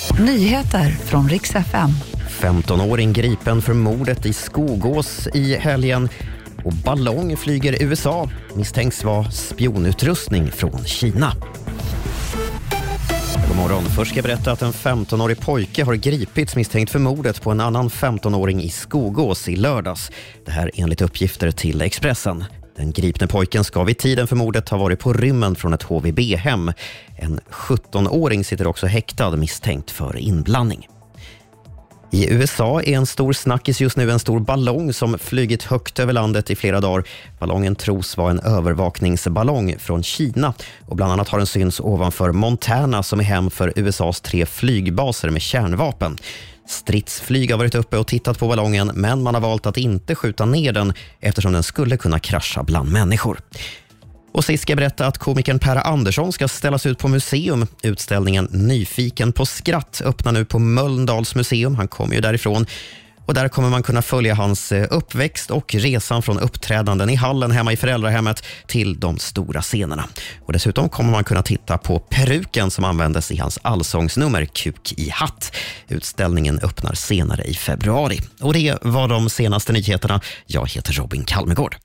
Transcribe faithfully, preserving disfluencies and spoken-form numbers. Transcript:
Nyheter från Rix F M. femtonåring gripen för mordet i Skogås i helgen. Och ballong flyger i U S A. Misstänks vara spionutrustning från Kina. God morgon. Först ska jag berätta att en femtonårig pojke har gripits misstänkt för mordet på en annan femtonåring i Skogås i lördags. Det här enligt uppgifter till Expressen. Den gripne pojken ska vid tiden för mordet ha varit på rymmen från ett H V B-hem. En sjuttonåring sitter också häktad misstänkt för inblandning. I U S A är en stor snackis just nu en stor ballong som flygit högt över landet i flera dagar. Ballongen tros vara en övervakningsballong från Kina och bland annat har den syns ovanför Montana som är hem för U S A:s tre flygbaser med kärnvapen. Stridsflyg har varit uppe och tittat på ballongen men man har valt att inte skjuta ner den eftersom den skulle kunna krascha bland människor. Och sist ska jag berätta att komikern Per Andersson ska ställas ut på museum. Utställningen Nyfiken på skratt öppnar nu på Mölndals museum. Han kommer ju därifrån. Och där kommer man kunna följa hans uppväxt och resan från uppträdanden i hallen hemma i föräldrahemmet till de stora scenerna. Och dessutom kommer man kunna titta på peruken som användes i hans allsångsnummer Kuk i hatt. Utställningen öppnar senare i februari. Och det var de senaste nyheterna. Jag heter Robin Kalmegård.